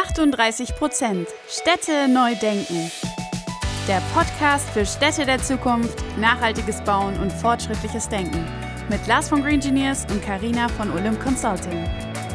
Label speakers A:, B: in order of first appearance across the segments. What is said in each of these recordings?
A: 38% Städte neu denken. Der Podcast für Städte der Zukunft, nachhaltiges Bauen und fortschrittliches Denken. Mit Lars von Green Engineers und Carina von Olymp Consulting.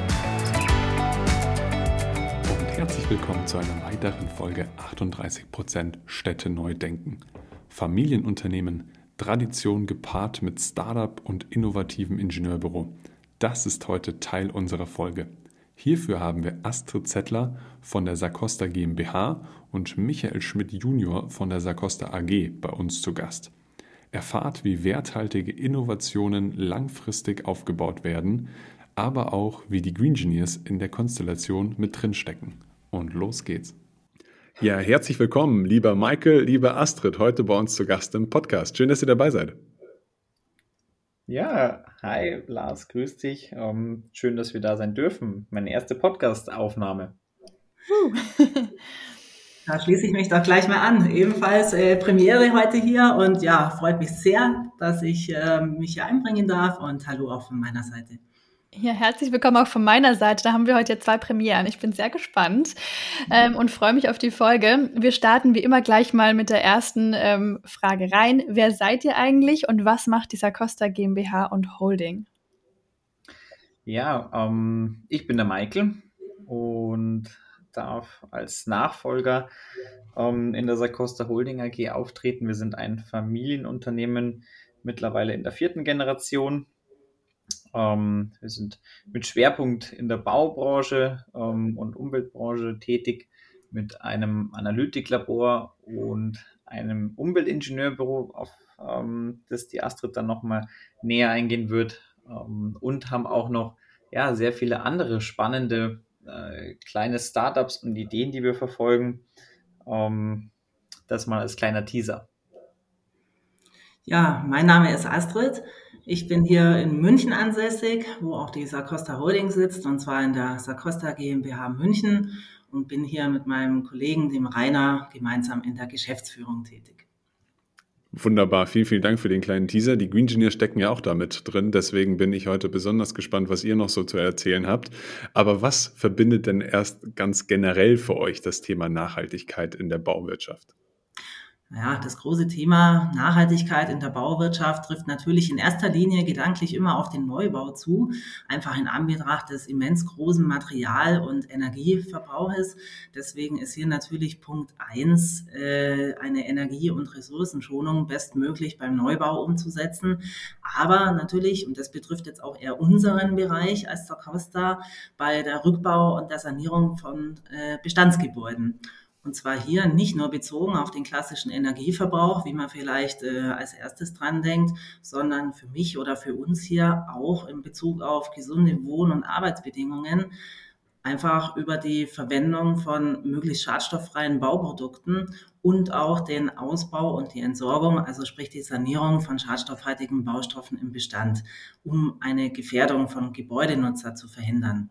B: Und herzlich willkommen zu einer weiteren Folge 38% Städte neu denken. Familienunternehmen, Tradition gepaart mit Startup und innovativem Ingenieurbüro. Das ist heute Teil unserer Folge. Hierfür haben wir Astrid Zettler von der Sarcosta GmbH und Michael Schmidt Junior von der Sarcosta AG bei uns zu Gast. Erfahrt, wie werthaltige Innovationen langfristig aufgebaut werden, aber auch, wie die Green Engineers in der Konstellation mit drinstecken. Und los geht's. Ja, herzlich willkommen, lieber Michael, liebe Astrid, heute bei uns zu Gast im Podcast. Schön, dass ihr dabei seid.
C: Ja, hi Lars, grüß dich. Schön, dass wir da sein dürfen. Meine erste Podcast-Aufnahme.
D: Da schließe ich mich doch gleich mal an. Ebenfalls Premiere heute hier und ja, freut mich sehr, dass ich mich hier einbringen darf und hallo auch von meiner Seite.
E: Ja, herzlich willkommen auch von meiner Seite. Da haben wir heute 2 Premieren. Ich bin sehr gespannt und freue mich auf die Folge. Wir starten wie immer gleich mal mit der ersten Frage rein. Wer seid ihr eigentlich und was macht die Sarcosta GmbH und Holding?
C: Ja, ich bin der Michael und darf als Nachfolger in der Sarcosta Holding AG auftreten. Wir sind ein Familienunternehmen, mittlerweile in der 4. Generation. Wir sind mit Schwerpunkt in der Baubranche und Umweltbranche tätig, mit einem Analytiklabor und einem Umweltingenieurbüro, auf das die Astrid dann nochmal näher eingehen wird, und haben auch noch sehr viele andere spannende kleine Startups und Ideen, die wir verfolgen. Das mal als kleiner Teaser.
D: Ja, mein Name ist Astrid. Ich bin hier in München ansässig, wo auch die Sarcosta Holding sitzt, und zwar in der Sarcosta GmbH München, und bin hier mit meinem Kollegen, dem Rainer, gemeinsam in der Geschäftsführung tätig.
B: Wunderbar, vielen, vielen Dank für den kleinen Teaser. Die Green Engineers stecken ja auch da mit drin, deswegen bin ich heute besonders gespannt, was ihr noch so zu erzählen habt. Aber was verbindet denn erst ganz generell für euch das Thema Nachhaltigkeit in der Bauwirtschaft?
D: Ja, das große Thema Nachhaltigkeit in der Bauwirtschaft trifft natürlich in erster Linie gedanklich immer auf den Neubau zu, einfach in Anbetracht des immens großen Material- und Energieverbrauches. Deswegen ist hier natürlich Punkt 1, eine Energie- und Ressourcenschonung bestmöglich beim Neubau umzusetzen. Aber natürlich, und das betrifft jetzt auch eher unseren Bereich als Sarcosta, bei der Rückbau und der Sanierung von Bestandsgebäuden. Und zwar hier nicht nur bezogen auf den klassischen Energieverbrauch, wie man vielleicht als erstes dran denkt, sondern für mich oder für uns hier auch in Bezug auf gesunde Wohn- und Arbeitsbedingungen, einfach über die Verwendung von möglichst schadstofffreien Bauprodukten und auch den Ausbau und die Entsorgung, also sprich die Sanierung von schadstoffhaltigen Baustoffen im Bestand, um eine Gefährdung von Gebäudenutzer zu verhindern.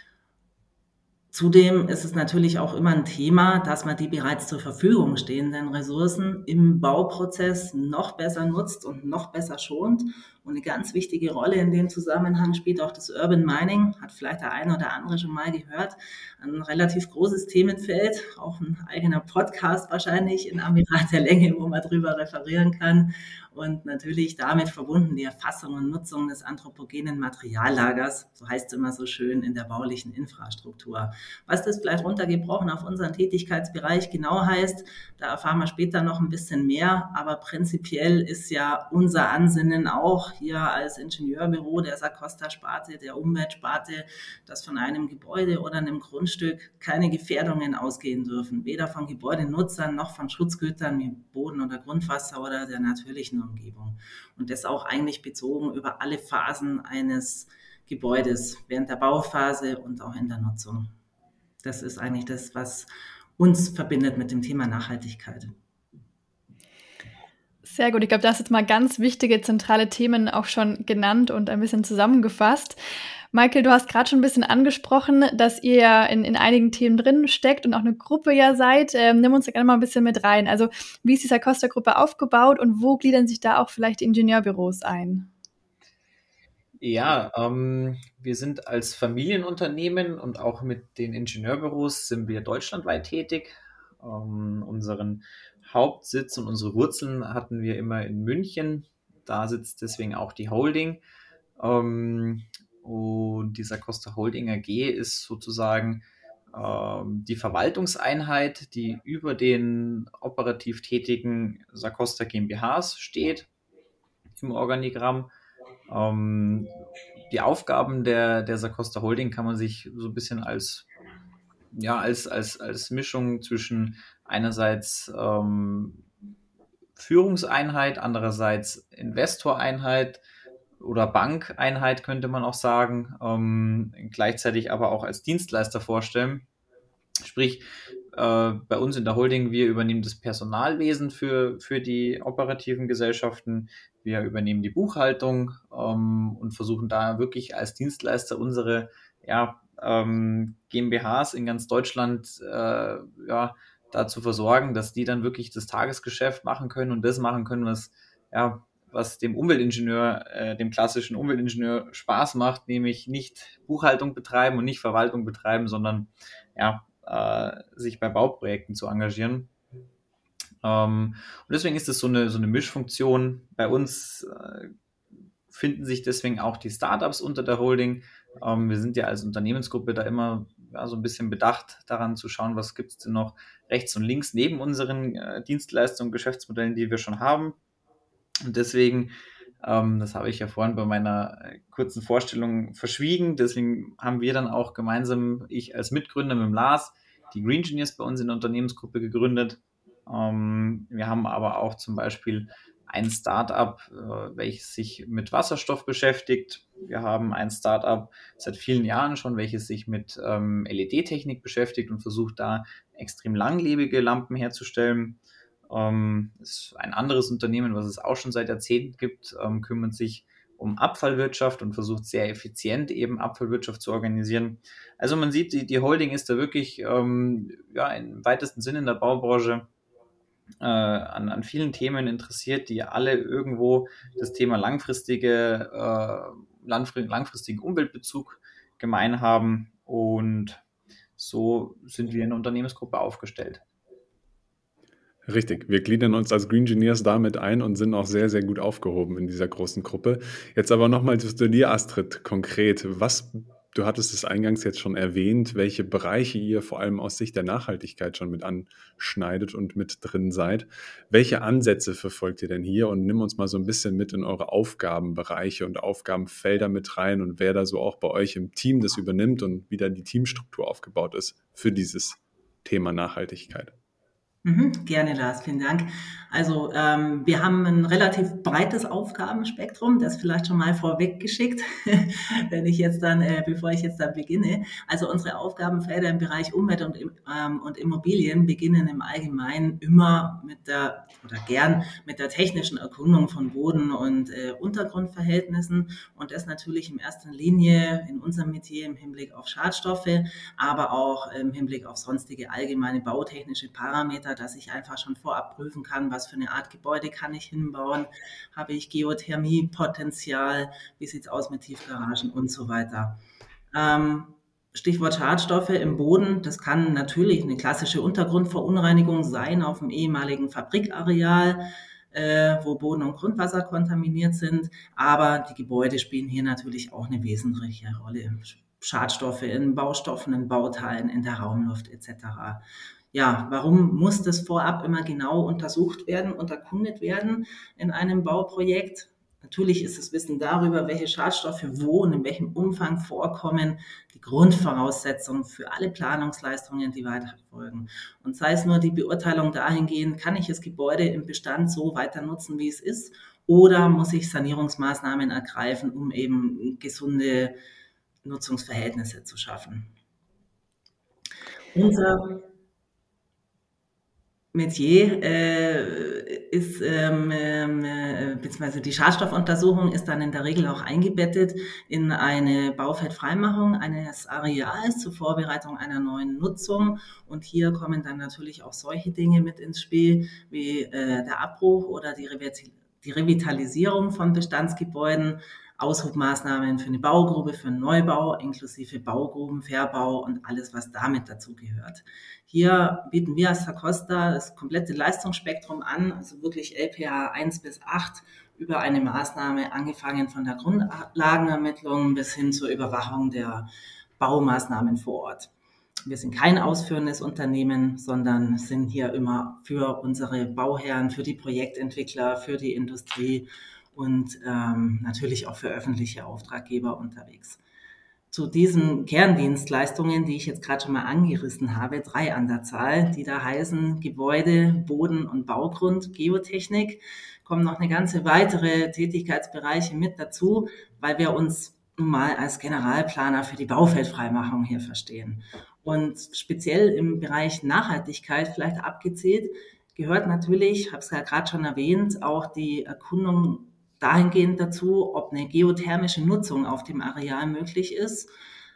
D: Zudem ist es natürlich auch immer ein Thema, dass man die bereits zur Verfügung stehenden Ressourcen im Bauprozess noch besser nutzt und noch besser schont. Und eine ganz wichtige Rolle in dem Zusammenhang spielt auch das Urban Mining, hat vielleicht der eine oder andere schon mal gehört. Ein relativ großes Themenfeld, auch ein eigener Podcast wahrscheinlich in Anbetracht der Länge, wo man drüber referieren kann. Und natürlich damit verbunden die Erfassung und Nutzung des anthropogenen Materiallagers, so heißt es immer so schön, in der baulichen Infrastruktur. Was das vielleicht runtergebrochen auf unseren Tätigkeitsbereich genau heißt, da erfahren wir später noch ein bisschen mehr. Aber prinzipiell ist ja unser Ansinnen auch hier als Ingenieurbüro der Sarcosta-Sparte, der Umweltsparte, dass von einem Gebäude oder einem Grundstück keine Gefährdungen ausgehen dürfen, weder von Gebäudenutzern noch von Schutzgütern wie Boden oder Grundwasser oder der natürlichen Umgebung. Und das auch eigentlich bezogen über alle Phasen eines Gebäudes, während der Bauphase und auch in der Nutzung. Das ist eigentlich das, was uns verbindet mit dem Thema Nachhaltigkeit.
E: Sehr gut. Ich glaube, du hast jetzt mal ganz wichtige, zentrale Themen auch schon genannt und ein bisschen zusammengefasst. Michael, du hast gerade schon ein bisschen angesprochen, dass ihr ja in einigen Themen drin steckt und auch eine Gruppe ja seid. Nimm uns da gerne mal ein bisschen mit rein. Also wie ist die Sarcosta-Gruppe aufgebaut und wo gliedern sich da auch vielleicht die Ingenieurbüros ein?
C: Ja, wir sind als Familienunternehmen und auch mit den Ingenieurbüros sind wir deutschlandweit tätig. Unseren Hauptsitz und unsere Wurzeln hatten wir immer in München. Da sitzt deswegen auch die Holding. Ähm, und dieser Costa Holding AG ist sozusagen die Verwaltungseinheit, die über den operativ tätigen Sarcosta GmbHs steht im Organigramm. Die Aufgaben der Sarcosta Holding kann man sich so ein bisschen als Mischung zwischen einerseits Führungseinheit, andererseits Investoreinheit oder Bankeinheit könnte man auch sagen, gleichzeitig aber auch als Dienstleister vorstellen. Sprich, bei uns in der Holding, wir übernehmen das Personalwesen für die operativen Gesellschaften, wir übernehmen die Buchhaltung und versuchen da wirklich als Dienstleister unsere GmbHs in ganz Deutschland da zu versorgen, dass die dann wirklich das Tagesgeschäft machen können und das machen können, was dem Umweltingenieur, dem klassischen Umweltingenieur Spaß macht, nämlich nicht Buchhaltung betreiben und nicht Verwaltung betreiben, sondern sich bei Bauprojekten zu engagieren. Und deswegen ist es so eine Mischfunktion. Bei uns finden sich deswegen auch die Startups unter der Holding. Wir sind ja als Unternehmensgruppe da immer so ein bisschen bedacht daran zu schauen, was gibt es denn noch rechts und links neben unseren Dienstleistungen, Geschäftsmodellen, die wir schon haben. Und deswegen, das habe ich ja vorhin bei meiner kurzen Vorstellung verschwiegen, deswegen haben wir dann auch gemeinsam, ich als Mitgründer mit dem Lars, die Green Engineers bei uns in der Unternehmensgruppe gegründet. Wir haben aber auch zum Beispiel ein Startup, welches sich mit Wasserstoff beschäftigt. Wir haben ein Startup seit vielen Jahren schon, welches sich mit LED-Technik beschäftigt und versucht da extrem langlebige Lampen herzustellen. Ist ein anderes Unternehmen, was es auch schon seit Jahrzehnten gibt, kümmert sich um Abfallwirtschaft und versucht sehr effizient eben Abfallwirtschaft zu organisieren. Also man sieht, die Holding ist da wirklich im weitesten Sinne in der Baubranche an vielen Themen interessiert, die alle irgendwo das Thema langfristigen Umweltbezug gemein haben. Und so sind wir in der Unternehmensgruppe aufgestellt.
B: Richtig, wir gliedern uns als Green Engineers damit ein und sind auch sehr, sehr gut aufgehoben in dieser großen Gruppe. Jetzt aber nochmal zu dir, Astrid, konkret. Du hattest es eingangs jetzt schon erwähnt, welche Bereiche ihr vor allem aus Sicht der Nachhaltigkeit schon mit anschneidet und mit drin seid. Welche Ansätze verfolgt ihr denn hier? Und nimm uns mal so ein bisschen mit in eure Aufgabenbereiche und Aufgabenfelder mit rein und wer da so auch bei euch im Team das übernimmt und wie da die Teamstruktur aufgebaut ist für dieses Thema Nachhaltigkeit.
D: Gerne, Lars, vielen Dank. Also wir haben ein relativ breites Aufgabenspektrum, das vielleicht schon mal vorweggeschickt, bevor ich jetzt dann beginne. Also unsere Aufgabenfelder im Bereich Umwelt und Immobilien beginnen im Allgemeinen immer gern mit der technischen Erkundung von Boden- und Untergrundverhältnissen und das natürlich in erster Linie in unserem Metier im Hinblick auf Schadstoffe, aber auch im Hinblick auf sonstige allgemeine bautechnische Parameter, dass ich einfach schon vorab prüfen kann, was für eine Art Gebäude kann ich hinbauen, habe ich Geothermiepotenzial, wie sieht es aus mit Tiefgaragen und so weiter. Stichwort Schadstoffe im Boden, das kann natürlich eine klassische Untergrundverunreinigung sein auf dem ehemaligen Fabrikareal, wo Boden- und Grundwasser kontaminiert sind, aber die Gebäude spielen hier natürlich auch eine wesentliche Rolle. Schadstoffe in Baustoffen, in Bauteilen, in der Raumluft etc. Ja, warum muss das vorab immer genau untersucht werden und erkundet werden in einem Bauprojekt? Natürlich ist das Wissen darüber, welche Schadstoffe wo und in welchem Umfang vorkommen, die Grundvoraussetzung für alle Planungsleistungen, die weiter folgen. Und sei es nur die Beurteilung dahingehend, kann ich das Gebäude im Bestand so weiter nutzen, wie es ist, oder muss ich Sanierungsmaßnahmen ergreifen, um eben gesunde Nutzungsverhältnisse zu schaffen. Unser Metier ist, beziehungsweise die Schadstoffuntersuchung ist dann in der Regel auch eingebettet in eine Baufeldfreimachung eines Areals zur Vorbereitung einer neuen Nutzung. Und hier kommen dann natürlich auch solche Dinge mit ins Spiel, wie der Abbruch oder die Revitalisierung von Bestandsgebäuden, Aushubmaßnahmen für eine Baugrube, für einen Neubau, inklusive Baugruben, Verbau und alles, was damit dazu gehört. Hier bieten wir als Sacosta das komplette Leistungsspektrum an, also wirklich LPA 1 bis 8, über eine Maßnahme angefangen von der Grundlagenermittlung bis hin zur Überwachung der Baumaßnahmen vor Ort. Wir sind kein ausführendes Unternehmen, sondern sind hier immer für unsere Bauherren, für die Projektentwickler, für die Industrie und natürlich auch für öffentliche Auftraggeber unterwegs. Zu diesen Kerndienstleistungen, die ich jetzt gerade schon mal angerissen habe, 3 an der Zahl, die da heißen Gebäude, Boden und Baugrund, Geotechnik, kommen noch eine ganze weitere Tätigkeitsbereiche mit dazu, weil wir uns nun mal als Generalplaner für die Baufeldfreimachung hier verstehen. Und speziell im Bereich Nachhaltigkeit vielleicht abgezählt, gehört natürlich, ich habe es ja gerade schon erwähnt, auch die Erkundung dahingehend dazu, ob eine geothermische Nutzung auf dem Areal möglich ist,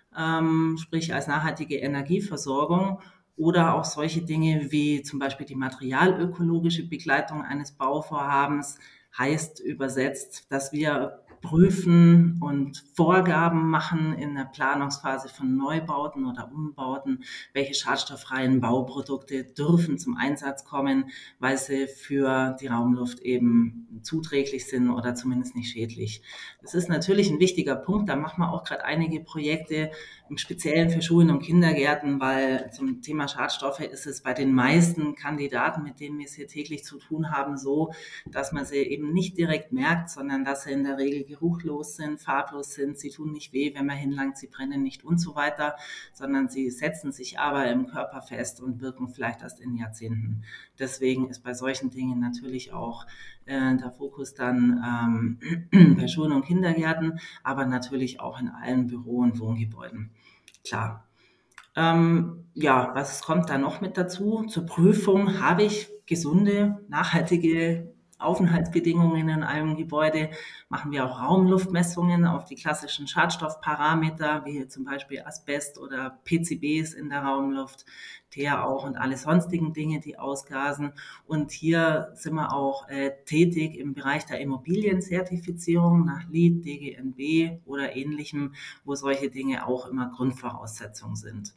D: sprich als nachhaltige Energieversorgung oder auch solche Dinge wie zum Beispiel die materialökologische Begleitung eines Bauvorhabens, heißt übersetzt, dass wir prüfen und Vorgaben machen in der Planungsphase von Neubauten oder Umbauten, welche schadstofffreien Bauprodukte dürfen zum Einsatz kommen, weil sie für die Raumluft eben zuträglich sind oder zumindest nicht schädlich. Das ist natürlich ein wichtiger Punkt, da machen wir auch gerade einige Projekte, im Speziellen für Schulen und Kindergärten, weil zum Thema Schadstoffe ist es bei den meisten Kandidaten, mit denen wir es hier täglich zu tun haben, so, dass man sie eben nicht direkt merkt, sondern dass sie in der Regel geruchlos sind, farblos sind, sie tun nicht weh, wenn man hinlangt, sie brennen nicht und so weiter, sondern sie setzen sich aber im Körper fest und wirken vielleicht erst in Jahrzehnten. Deswegen ist bei solchen Dingen natürlich auch der Fokus dann bei Schulen und Kindergärten, aber natürlich auch in allen Büro- und Wohngebäuden. Klar. Was kommt da noch mit dazu? Zur Prüfung habe ich gesunde, nachhaltige Aufenthaltsbedingungen in einem Gebäude, machen wir auch Raumluftmessungen auf die klassischen Schadstoffparameter, wie hier zum Beispiel Asbest oder PCBs in der Raumluft, Teer auch und alle sonstigen Dinge, die ausgasen. Und hier sind wir auch tätig im Bereich der Immobilienzertifizierung nach LEED, DGNB oder ähnlichem, wo solche Dinge auch immer Grundvoraussetzungen sind.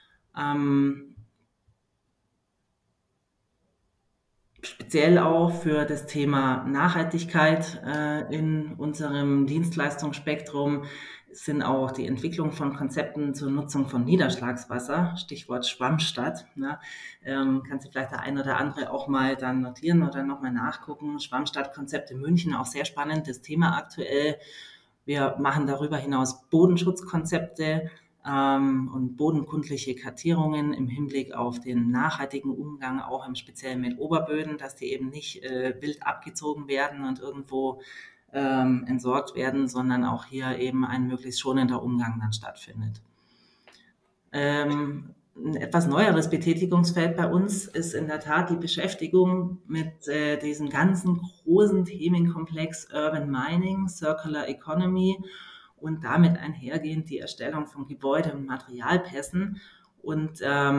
D: Speziell auch für das Thema Nachhaltigkeit in unserem Dienstleistungsspektrum sind auch die Entwicklung von Konzepten zur Nutzung von Niederschlagswasser, Stichwort Schwammstadt. Ne? Kann sich vielleicht der ein oder andere auch mal dann notieren oder nochmal nachgucken. Schwammstadtkonzept in München, auch sehr spannendes Thema aktuell. Wir machen darüber hinaus Bodenschutzkonzepte und bodenkundliche Kartierungen im Hinblick auf den nachhaltigen Umgang, auch im Speziellen mit Oberböden, dass die eben nicht wild abgezogen werden und irgendwo entsorgt werden, sondern auch hier eben ein möglichst schonender Umgang dann stattfindet. Ein etwas neueres Betätigungsfeld bei uns ist in der Tat die Beschäftigung mit diesem ganzen großen Themenkomplex Urban Mining, Circular Economy und damit einhergehend die Erstellung von Gebäude- und Materialpässen und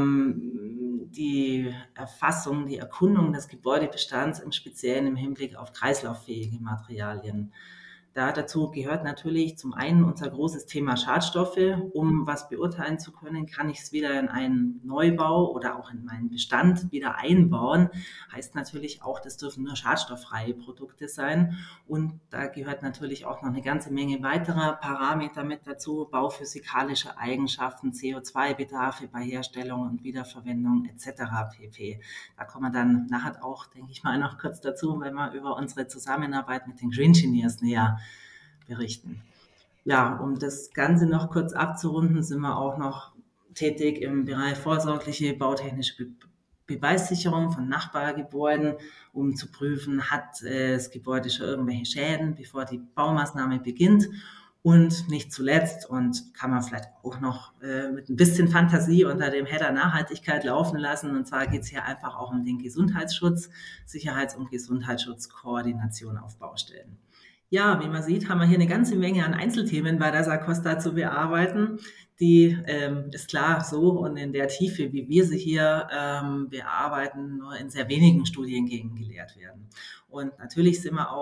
D: die Erfassung, die Erkundung des Gebäudebestands im Speziellen im Hinblick auf kreislauffähige Materialien. Dazu gehört natürlich zum einen unser großes Thema Schadstoffe. Um was beurteilen zu können, kann ich es wieder in einen Neubau oder auch in meinen Bestand wieder einbauen. Heißt natürlich auch, das dürfen nur schadstofffreie Produkte sein. Und da gehört natürlich auch noch eine ganze Menge weiterer Parameter mit dazu, bauphysikalische Eigenschaften, CO2-Bedarfe bei Herstellung und Wiederverwendung etc. pp. Da kommen wir dann nachher auch, denke ich mal, noch kurz dazu, wenn wir über unsere Zusammenarbeit mit den Green Engineers näher berichten. Ja, um das Ganze noch kurz abzurunden, sind wir auch noch tätig im Bereich vorsorgliche bautechnische Beweissicherung von Nachbargebäuden, um zu prüfen, hat das Gebäude schon irgendwelche Schäden, bevor die Baumaßnahme beginnt. Und nicht zuletzt, und kann man vielleicht auch noch mit ein bisschen Fantasie unter dem Header Nachhaltigkeit laufen lassen, und zwar geht es hier einfach auch um den Gesundheitsschutz, Sicherheits- und Gesundheitsschutzkoordination auf Baustellen. Ja, wie man sieht, haben wir hier eine ganze Menge an Einzelthemen bei der Sacosta zu bearbeiten. Die ist klar so und in der Tiefe, wie wir sie hier bearbeiten, nur in sehr wenigen Studiengängen gelehrt werden. Und natürlich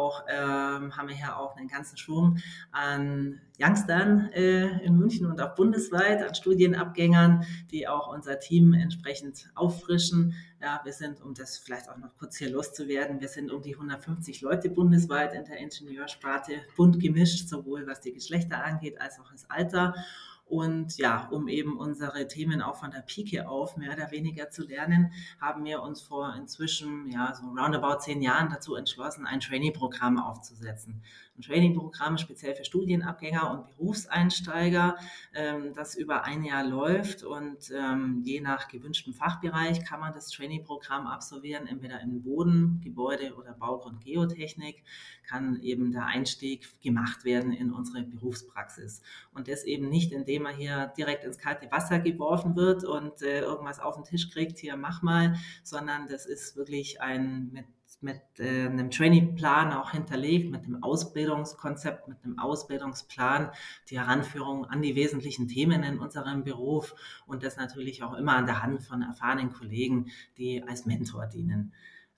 D: haben wir hier auch einen ganzen Schwung an Youngstern in München und auch bundesweit, an Studienabgängern, die auch unser Team entsprechend auffrischen. Ja, wir sind, um das vielleicht auch noch kurz hier loszuwerden, wir sind um die 150 Leute bundesweit in der Ingenieursparte, bunt gemischt, sowohl was die Geschlechter angeht, als auch das Alter. Und ja, um eben unsere Themen auch von der Pike auf mehr oder weniger zu lernen, haben wir uns vor inzwischen so roundabout 10 Jahren dazu entschlossen, ein Trainee-Programm aufzusetzen. Ein Trainee-Programm speziell für Studienabgänger und Berufseinsteiger, das über ein Jahr läuft und je nach gewünschtem Fachbereich kann man das Trainee-Programm absolvieren, entweder in Boden-, Gebäude- oder Baugrund-Geotechnik, kann eben der Einstieg gemacht werden in unsere Berufspraxis. Und das eben nicht, indem man hier direkt ins kalte Wasser geworfen wird und irgendwas auf den Tisch kriegt, hier mach mal, sondern das ist wirklich mit einem Trainee-Plan auch hinterlegt, mit einem Ausbildungskonzept, mit einem Ausbildungsplan, die Heranführung an die wesentlichen Themen in unserem Beruf und das natürlich auch immer an der Hand von erfahrenen Kollegen, die als Mentor dienen.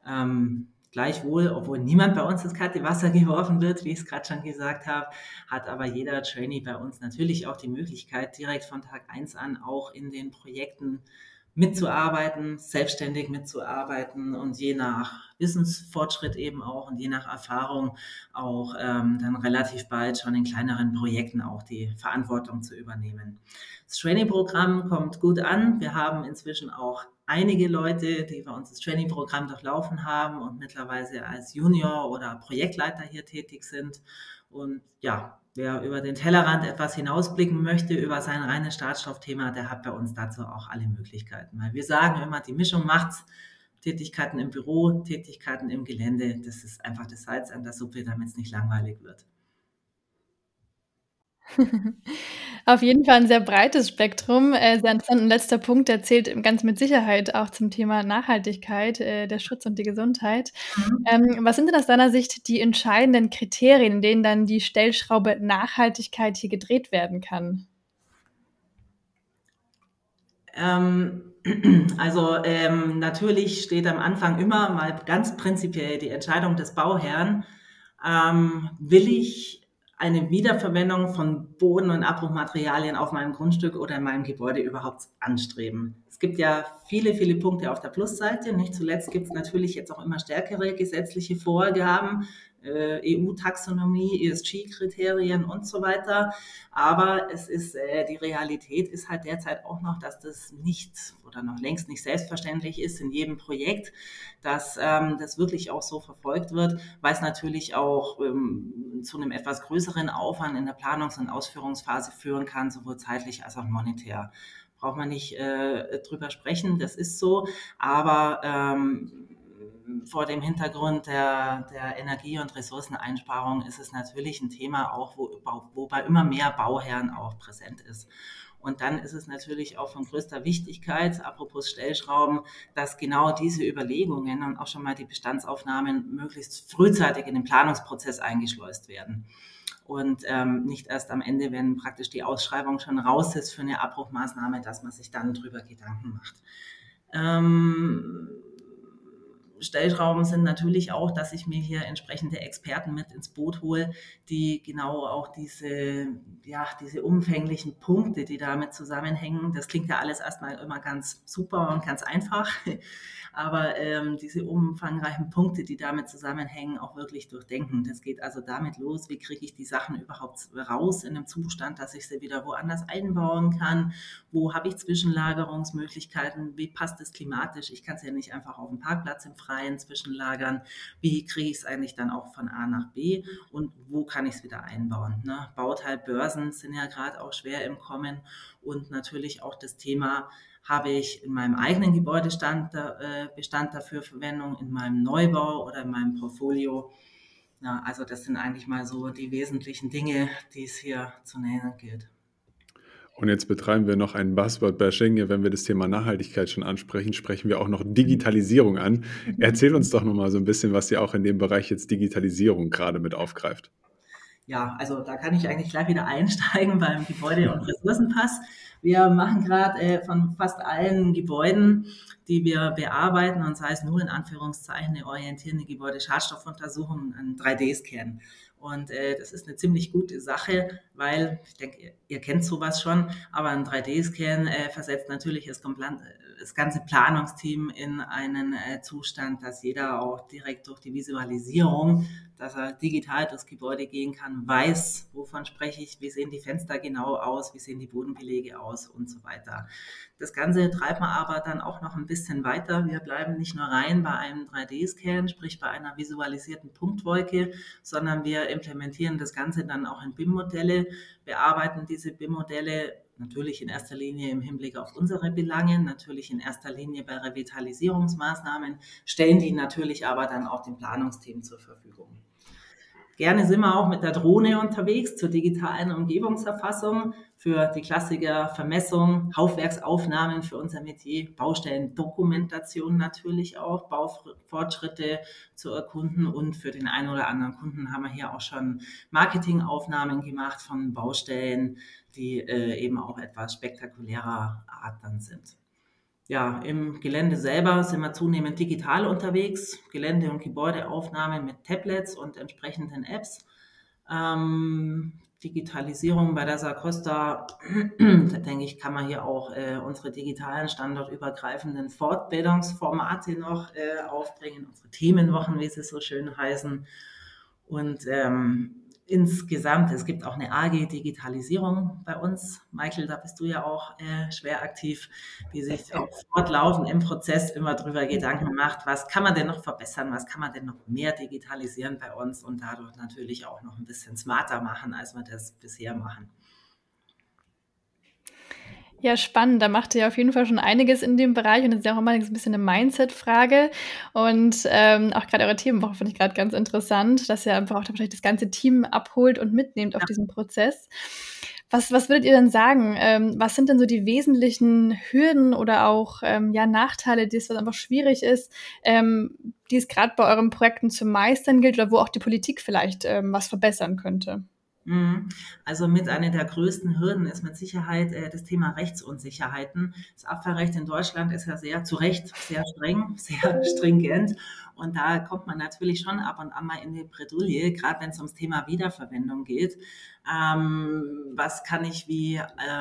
D: Gleichwohl, obwohl niemand bei uns ins kalte Wasser geworfen wird, wie ich es gerade schon gesagt habe, hat aber jeder Trainee bei uns natürlich auch die Möglichkeit, direkt von Tag 1 an auch in den Projekten mitzuarbeiten, selbstständig mitzuarbeiten und je nach Wissensfortschritt eben auch und je nach Erfahrung auch dann relativ bald schon in kleineren Projekten auch die Verantwortung zu übernehmen. Das Trainee-Programm kommt gut an. Wir haben inzwischen auch einige Leute, die bei uns das Trainee-Programm durchlaufen haben und mittlerweile als Junior oder Projektleiter hier tätig sind. Und ja, wer über den Tellerrand etwas hinausblicken möchte, über sein reines Startstoffthema, der hat bei uns dazu auch alle Möglichkeiten. Weil wir sagen immer, die Mischung macht's. Tätigkeiten im Büro, Tätigkeiten im Gelände, das ist einfach das Salz an der Suppe, damit es nicht langweilig wird.
E: Auf jeden Fall ein sehr breites Spektrum. Sehr interessant. Ein letzter Punkt, der zählt ganz mit Sicherheit auch zum Thema Nachhaltigkeit, der Schutz und die Gesundheit. Was sind denn aus deiner Sicht die entscheidenden Kriterien, in denen dann die Stellschraube Nachhaltigkeit hier gedreht werden kann?
D: Natürlich steht am Anfang immer mal ganz prinzipiell die Entscheidung des Bauherrn. Will ich eine Wiederverwendung von Boden- und Abbruchmaterialien auf meinem Grundstück oder in meinem Gebäude überhaupt anstreben? Es gibt ja viele, viele Punkte auf der Plusseite. Nicht zuletzt gibt es natürlich jetzt auch immer stärkere gesetzliche Vorgaben, EU-Taxonomie, ESG-Kriterien und so weiter. Aber die Realität ist halt derzeit auch noch, dass das nicht oder noch längst nicht selbstverständlich ist in jedem Projekt, dass das wirklich auch so verfolgt wird, weil es natürlich auch zu einem etwas größeren Aufwand in der Planungs- und Ausführungsphase führen kann, sowohl zeitlich als auch monetär. Braucht man nicht drüber sprechen, das ist so, aber vor dem Hintergrund der Energie- und Ressourceneinsparung ist es natürlich ein Thema auch, wobei immer mehr Bauherren auch präsent ist. Und dann ist es natürlich auch von größter Wichtigkeit, apropos Stellschrauben, dass genau diese Überlegungen und auch schon mal die Bestandsaufnahmen möglichst frühzeitig in den Planungsprozess eingeschleust werden. Und nicht erst am Ende, wenn praktisch die Ausschreibung schon raus ist für eine Abbruchmaßnahme, dass man sich dann drüber Gedanken macht. Stellschrauben sind natürlich auch, dass ich mir hier entsprechende Experten mit ins Boot hole, die genau auch diese umfänglichen Punkte, die damit zusammenhängen, das klingt ja alles erstmal immer ganz super und ganz einfach, aber diese umfangreichen Punkte, die damit zusammenhängen, auch wirklich durchdenken. Das geht also damit los, wie kriege ich die Sachen überhaupt raus in einem Zustand, dass ich sie wieder woanders einbauen kann, wo habe ich Zwischenlagerungsmöglichkeiten, wie passt es klimatisch, ich kann es ja nicht einfach auf dem Parkplatz im Freien zwischenlagern, wie kriege ich es eigentlich dann auch von A nach B und wo kann ich es wieder einbauen. Ne? Bauteilbörsen sind ja gerade auch schwer im Kommen und natürlich auch das Thema, habe ich in meinem eigenen Gebäudebestand dafür Verwendung, in meinem Neubau oder in meinem Portfolio. Ja, also das sind eigentlich mal so die wesentlichen Dinge, die es hier zu nennen gilt.
B: Und jetzt betreiben wir noch ein Buzzword-Bashing. Wenn wir das Thema Nachhaltigkeit schon ansprechen, sprechen wir auch noch Digitalisierung an. Erzähl uns doch nochmal so ein bisschen, was ihr auch in dem Bereich jetzt Digitalisierung gerade mit aufgreift.
D: Ja, also da kann ich eigentlich gleich wieder einsteigen beim Gebäude- und Ressourcenpass. Wir machen gerade von fast allen Gebäuden, die wir bearbeiten, und sei es nur in Anführungszeichen eine orientierende Gebäude-Schadstoffuntersuchung, einen 3D-Scan. Und das ist eine ziemlich gute Sache, weil, ich denke, ihr kennt sowas schon, aber ein 3D-Scan versetzt natürlich das ganze Planungsteam in einen Zustand, dass jeder auch direkt durch die Visualisierung, dass er digital durchs Gebäude gehen kann, weiß, wovon spreche ich, wie sehen die Fenster genau aus, wie sehen die Bodenbelege aus und so weiter. Das Ganze treibt man aber dann auch noch ein bisschen weiter. Wir bleiben nicht nur rein bei einem 3D-Scan, sprich bei einer visualisierten Punktwolke, sondern wir implementieren das Ganze dann auch in BIM-Modelle, bearbeiten diese BIM-Modelle natürlich in erster Linie im Hinblick auf unsere Belange, natürlich in erster Linie bei Revitalisierungsmaßnahmen, stellen die natürlich aber dann auch dem Planungsteam zur Verfügung. Gerne sind wir auch mit der Drohne unterwegs zur digitalen Umgebungserfassung, für die Klassiker Vermessung, Haufwerksaufnahmen für unser Metier, Baustellendokumentation natürlich auch, Baufortschritte zu erkunden, und für den einen oder anderen Kunden haben wir hier auch schon Marketingaufnahmen gemacht von Baustellen, die eben auch etwas spektakulärer Art dann sind. Ja, im Gelände selber sind wir zunehmend digital unterwegs, Gelände- und Gebäudeaufnahmen mit Tablets und entsprechenden Apps. Digitalisierung bei der Sarcosta, da denke ich, kann man hier auch unsere digitalen standortübergreifenden Fortbildungsformate noch aufbringen, unsere Themenwochen, wie sie so schön heißen. Und insgesamt, es gibt auch eine AG Digitalisierung bei uns. Michael, da bist du ja auch schwer aktiv, die sich auch fortlaufend im Prozess immer darüber Gedanken macht, was kann man denn noch verbessern, was kann man denn noch mehr digitalisieren bei uns und dadurch natürlich auch noch ein bisschen smarter machen, als wir das bisher machen.
E: Ja, spannend. Da macht ihr auf jeden Fall schon einiges in dem Bereich und das ist ja auch immer ein bisschen eine Mindset-Frage. Und auch gerade eure Themenwoche finde ich gerade ganz interessant, dass ihr einfach auch wahrscheinlich das ganze Team abholt und mitnehmt auf diesen Prozess. Was würdet ihr denn sagen? Was sind denn so die wesentlichen Hürden oder auch Nachteile, die es einfach schwierig ist, die es gerade bei euren Projekten zu meistern gilt oder wo auch die Politik vielleicht was verbessern könnte?
D: Also mit einer der größten Hürden ist mit Sicherheit das Thema Rechtsunsicherheiten. Das Abfallrecht in Deutschland ist ja sehr zu Recht sehr streng, sehr stringent. Und da kommt man natürlich schon ab und an mal in die Bredouille, gerade wenn es ums Thema Wiederverwendung geht. Was kann ich wie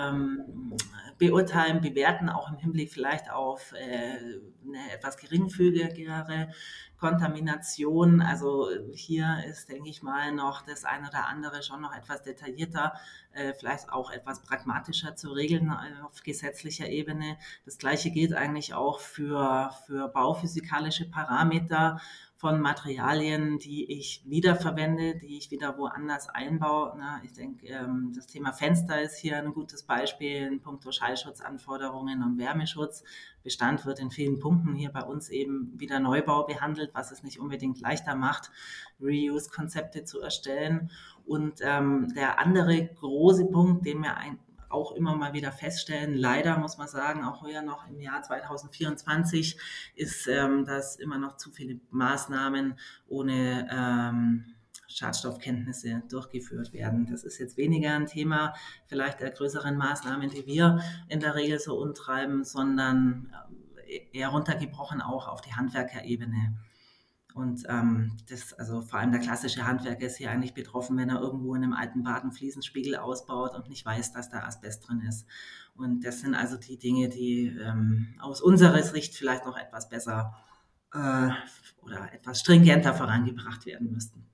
D: beurteilen, bewerten, auch im Hinblick vielleicht auf eine etwas geringfügigere Kontamination. Also hier ist, denke ich mal, noch das eine oder andere schon noch etwas detaillierter, vielleicht auch etwas pragmatischer zu regeln auf gesetzlicher Ebene. Das Gleiche gilt eigentlich auch für bauphysikalische Parameter von Materialien, die ich wiederverwende, die ich wieder woanders einbaue. Ich denke, das Thema Fenster ist hier ein gutes Beispiel in puncto Schallschutzanforderungen und Wärmeschutz. Bestand wird in vielen Punkten hier bei uns eben wieder Neubau behandelt, was es nicht unbedingt leichter macht, Reuse-Konzepte zu erstellen. Und der andere große Punkt, den wir auch immer mal wieder feststellen, leider muss man sagen, auch hier noch im Jahr 2024 ist, dass immer noch zu viele Maßnahmen ohne Schadstoffkenntnisse durchgeführt werden. Das ist jetzt weniger ein Thema vielleicht der größeren Maßnahmen, die wir in der Regel so umtreiben, sondern eher runtergebrochen auch auf die Handwerkerebene. Und also vor allem der klassische Handwerker ist hier eigentlich betroffen, wenn er irgendwo in einem alten Bad einen Fliesenspiegel ausbaut und nicht weiß, dass da Asbest drin ist. Und das sind also die Dinge, die aus unserer Sicht vielleicht noch etwas besser oder etwas stringenter vorangebracht werden müssten.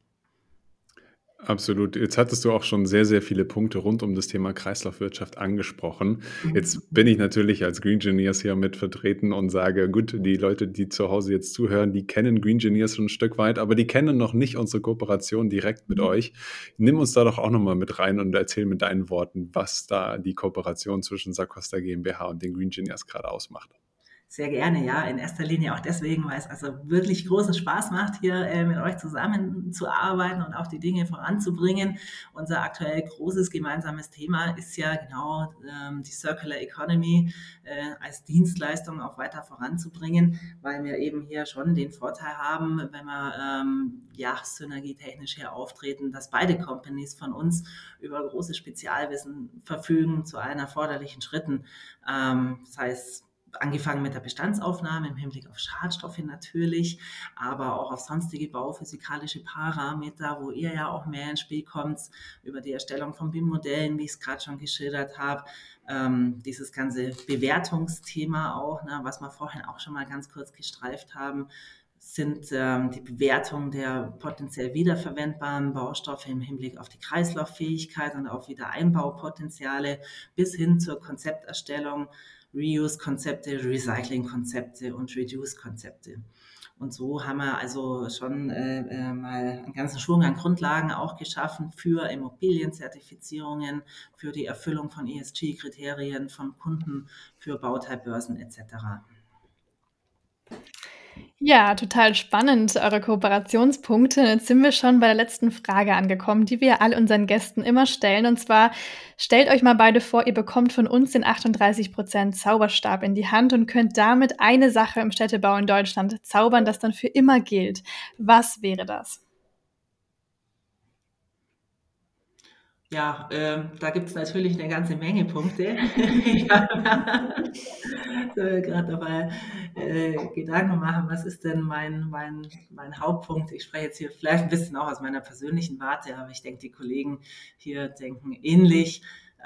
B: Absolut. Jetzt hattest du auch schon sehr, sehr viele Punkte rund um das Thema Kreislaufwirtschaft angesprochen. Jetzt bin ich natürlich als Green Engineers hier mit vertreten und sage, gut, die Leute, die zu Hause jetzt zuhören, die kennen Green Engineers schon ein Stück weit, aber die kennen noch nicht unsere Kooperation direkt mit euch. Nimm uns da doch auch nochmal mit rein und erzähl mit deinen Worten, was da die Kooperation zwischen Sarcosta GmbH und den Green Engineers gerade ausmacht.
D: Sehr gerne, ja. In erster Linie auch deswegen, weil es also wirklich großen Spaß macht, hier mit euch zusammenzuarbeiten und auch die Dinge voranzubringen. Unser aktuell großes gemeinsames Thema ist ja genau die Circular Economy als Dienstleistung auch weiter voranzubringen, weil wir eben hier schon den Vorteil haben, wenn wir synergietechnisch hier auftreten, dass beide Companies von uns über großes Spezialwissen verfügen zu allen erforderlichen Schritten. Das heißt, angefangen mit der Bestandsaufnahme im Hinblick auf Schadstoffe natürlich, aber auch auf sonstige bauphysikalische Parameter, wo ihr ja auch mehr ins Spiel kommt, über die Erstellung von BIM-Modellen, wie ich es gerade schon geschildert habe, dieses ganze Bewertungsthema auch, was wir vorhin auch schon mal ganz kurz gestreift haben, sind die Bewertung der potenziell wiederverwendbaren Baustoffe im Hinblick auf die Kreislauffähigkeit und auch Wiedereinbaupotenziale bis hin zur Konzepterstellung, Reuse-Konzepte, Recycling-Konzepte und Reduce-Konzepte. Und so haben wir also schon mal einen ganzen Schwung an Grundlagen auch geschaffen für Immobilienzertifizierungen, für die Erfüllung von ESG-Kriterien von Kunden, für Bauteilbörsen etc.
E: Ja, total spannend, eure Kooperationspunkte. Jetzt sind wir schon bei der letzten Frage angekommen, die wir all unseren Gästen immer stellen. Und zwar, stellt euch mal beide vor, ihr bekommt von uns den 38% Zauberstab in die Hand und könnt damit eine Sache im Städtebau in Deutschland zaubern, das dann für immer gilt. Was wäre das?
D: Ja, da gibt es natürlich eine ganze Menge Punkte. So, gerade dabei Gedanken machen, was ist denn mein Hauptpunkt? Ich spreche jetzt hier vielleicht ein bisschen auch aus meiner persönlichen Warte, aber ich denke, die Kollegen hier denken ähnlich.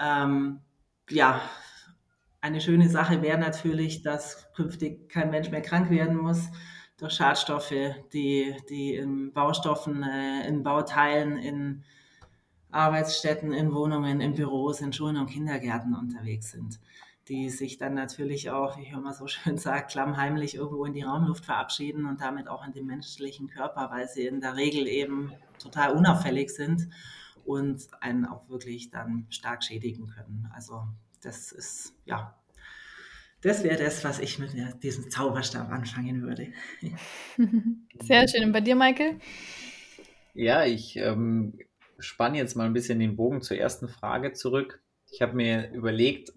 D: Eine schöne Sache wäre natürlich, dass künftig kein Mensch mehr krank werden muss durch Schadstoffe, die in Baustoffen, in Bauteilen, in Arbeitsstätten, in Wohnungen, in Büros, in Schulen und Kindergärten unterwegs sind, die sich dann natürlich auch, wie ich immer so schön sage, klammheimlich irgendwo in die Raumluft verabschieden und damit auch in den menschlichen Körper, weil sie in der Regel eben total unauffällig sind und einen auch wirklich dann stark schädigen können. Also das ist, das wäre das, was ich mit diesem Zauberstab anfangen würde.
E: Sehr schön. Und bei dir, Michael?
C: Ja, ich spanne jetzt mal ein bisschen den Bogen zur ersten Frage zurück. Ich habe mir überlegt,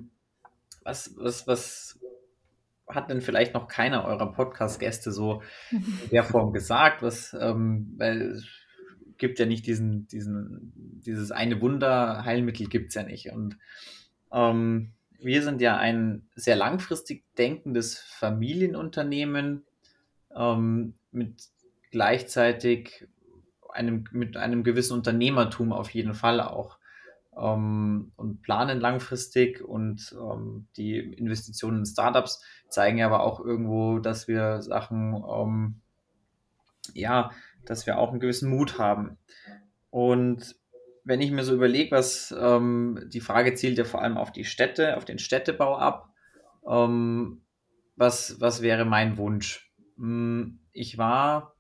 C: was hat denn vielleicht noch keiner eurer Podcast-Gäste so in der Form gesagt? Weil es gibt ja nicht dieses eine Wunderheilmittel gibt es ja nicht. Und wir sind ja ein sehr langfristig denkendes Familienunternehmen mit gleichzeitig mit einem gewissen Unternehmertum auf jeden Fall auch und planen langfristig und die Investitionen in Startups zeigen ja aber auch irgendwo, dass wir Sachen, dass wir auch einen gewissen Mut haben. Und wenn ich mir so überlege, die Frage zielt ja vor allem auf die Städte, auf den Städtebau ab, was wäre mein Wunsch? Ich war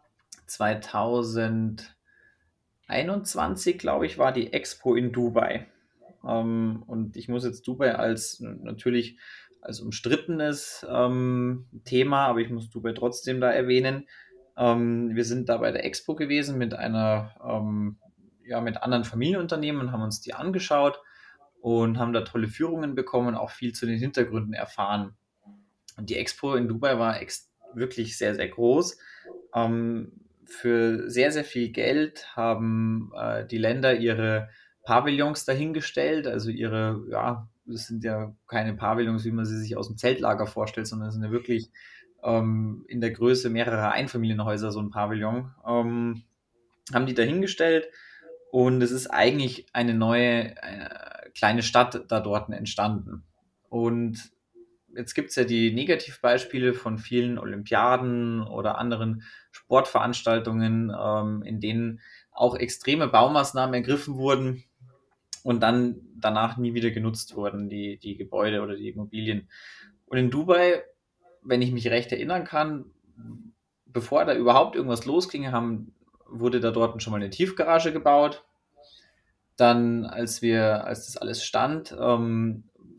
C: 2021, glaube ich, war die Expo in Dubai. Und ich muss jetzt Dubai natürlich als umstrittenes Thema, aber ich muss Dubai trotzdem da erwähnen. Wir sind da bei der Expo gewesen mit mit anderen Familienunternehmen und haben uns die angeschaut und haben da tolle Führungen bekommen, auch viel zu den Hintergründen erfahren. Und die Expo in Dubai war wirklich sehr, sehr groß. Für sehr, sehr viel Geld haben die Länder ihre Pavillons dahingestellt. Also das sind ja keine Pavillons, wie man sie sich aus dem Zeltlager vorstellt, sondern es sind ja wirklich in der Größe mehrerer Einfamilienhäuser so ein Pavillon. Haben die dahingestellt und es ist eigentlich eine neue kleine Stadt da dort entstanden. Und jetzt gibt es ja die Negativbeispiele von vielen Olympiaden oder anderen Sportveranstaltungen, in denen auch extreme Baumaßnahmen ergriffen wurden und dann danach nie wieder genutzt wurden, die Gebäude oder die Immobilien. Und in Dubai, wenn ich mich recht erinnern kann, bevor da überhaupt irgendwas losging, wurde da dort schon mal eine Tiefgarage gebaut. Dann, als das alles stand,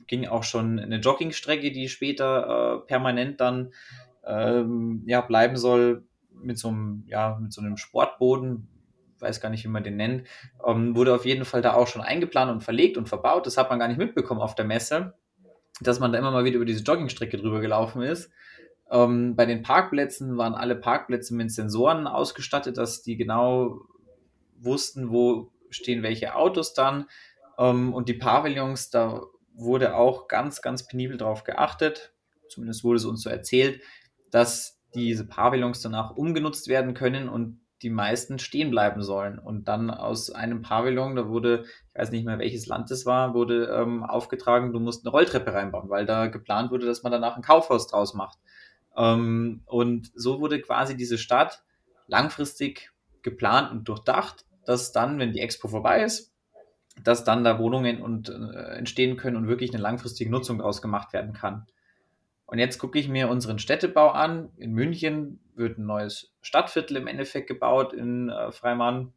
C: ging auch schon eine Joggingstrecke, die später permanent dann bleiben soll, mit so einem Sportboden, weiß gar nicht, wie man den nennt, wurde auf jeden Fall da auch schon eingeplant und verlegt und verbaut. Das hat man gar nicht mitbekommen auf der Messe, dass man da immer mal wieder über diese Joggingstrecke drüber gelaufen ist. Bei den Parkplätzen waren alle Parkplätze mit Sensoren ausgestattet, dass die genau wussten, wo stehen welche Autos dann. Und die Pavillons, da wurde auch ganz, ganz penibel drauf geachtet, zumindest wurde es uns so erzählt, dass diese Pavillons danach umgenutzt werden können und die meisten stehen bleiben sollen. Und dann aus einem Pavillon, da wurde, ich weiß nicht mehr, welches Land das war, wurde aufgetragen, du musst eine Rolltreppe reinbauen, weil da geplant wurde, dass man danach ein Kaufhaus draus macht. Und so wurde quasi diese Stadt langfristig geplant und durchdacht, dass dann, wenn die Expo vorbei ist, dass dann da Wohnungen entstehen können und wirklich eine langfristige Nutzung daraus gemacht werden kann. Und jetzt gucke ich mir unseren Städtebau an. In München wird ein neues Stadtviertel im Endeffekt gebaut in Freiham.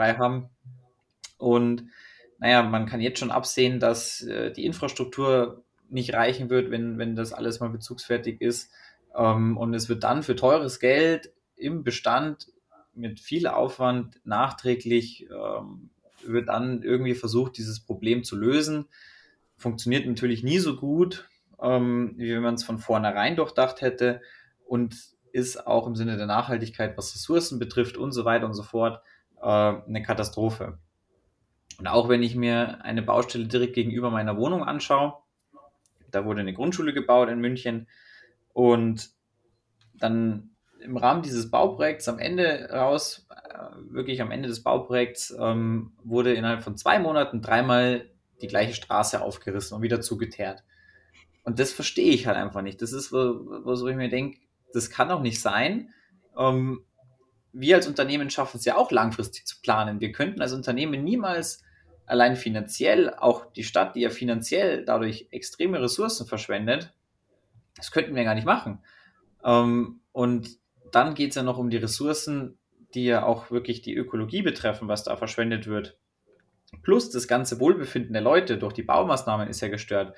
C: Und man kann jetzt schon absehen, dass die Infrastruktur nicht reichen wird, wenn das alles mal bezugsfertig ist. Und es wird dann für teures Geld im Bestand mit viel Aufwand nachträglich wird dann irgendwie versucht, dieses Problem zu lösen. Funktioniert natürlich nie so gut, wie wenn man es von vornherein durchdacht hätte und ist auch im Sinne der Nachhaltigkeit, was Ressourcen betrifft und so weiter und so fort, eine Katastrophe. Und auch wenn ich mir eine Baustelle direkt gegenüber meiner Wohnung anschaue, da wurde eine Grundschule gebaut in München und dann im Rahmen dieses Bauprojekts am Ende des Bauprojekts wurde innerhalb von 2 Monaten 3-mal die gleiche Straße aufgerissen und wieder zugeteert. Und das verstehe ich halt einfach nicht. Das ist, wo ich mir denke, das kann doch nicht sein. Wir als Unternehmen schaffen es ja auch langfristig zu planen. Wir könnten als Unternehmen niemals allein finanziell, auch die Stadt, die ja finanziell dadurch extreme Ressourcen verschwendet, das könnten wir gar nicht machen. Und dann geht es ja noch um die Ressourcen, die ja auch wirklich die Ökologie betreffen, was da verschwendet wird. Plus das ganze Wohlbefinden der Leute durch die Baumaßnahmen ist ja gestört.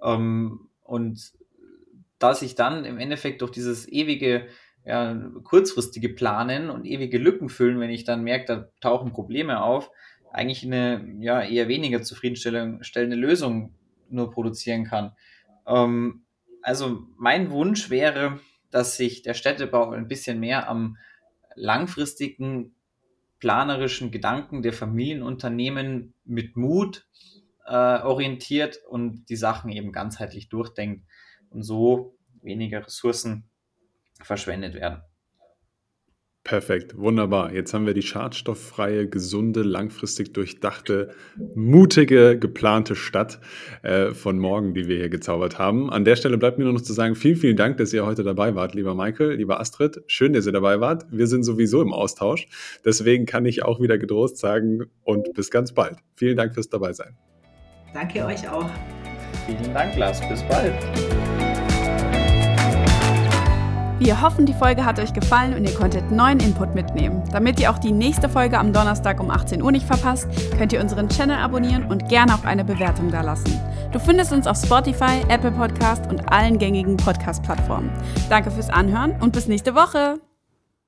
C: Und da sich dann im Endeffekt durch dieses ewige, kurzfristige Planen und ewige Lücken füllen, wenn ich dann merke, da tauchen Probleme auf, eigentlich eine eher weniger zufriedenstellende Lösung nur produzieren kann. Also mein Wunsch wäre, dass sich der Städtebau ein bisschen mehr am langfristigen planerischen Gedanken der Familienunternehmen mit Mut orientiert und die Sachen eben ganzheitlich durchdenkt und so weniger Ressourcen verschwendet werden.
B: Perfekt, wunderbar. Jetzt haben wir die schadstofffreie, gesunde, langfristig durchdachte, mutige, geplante Stadt von morgen, die wir hier gezaubert haben. An der Stelle bleibt mir nur noch zu sagen, vielen, vielen Dank, dass ihr heute dabei wart, lieber Michael, lieber Astrid. Schön, dass ihr dabei wart. Wir sind sowieso im Austausch. Deswegen kann ich auch wieder getrost sagen und bis ganz bald. Vielen Dank fürs Dabeisein.
D: Danke euch auch.
C: Vielen Dank, Lars. Bis bald.
A: Wir hoffen, die Folge hat euch gefallen und ihr konntet neuen Input mitnehmen. Damit ihr auch die nächste Folge am Donnerstag um 18 Uhr nicht verpasst, könnt ihr unseren Channel abonnieren und gerne auch eine Bewertung dalassen. Du findest uns auf Spotify, Apple Podcast und allen gängigen Podcast-Plattformen. Danke fürs Anhören und bis nächste Woche!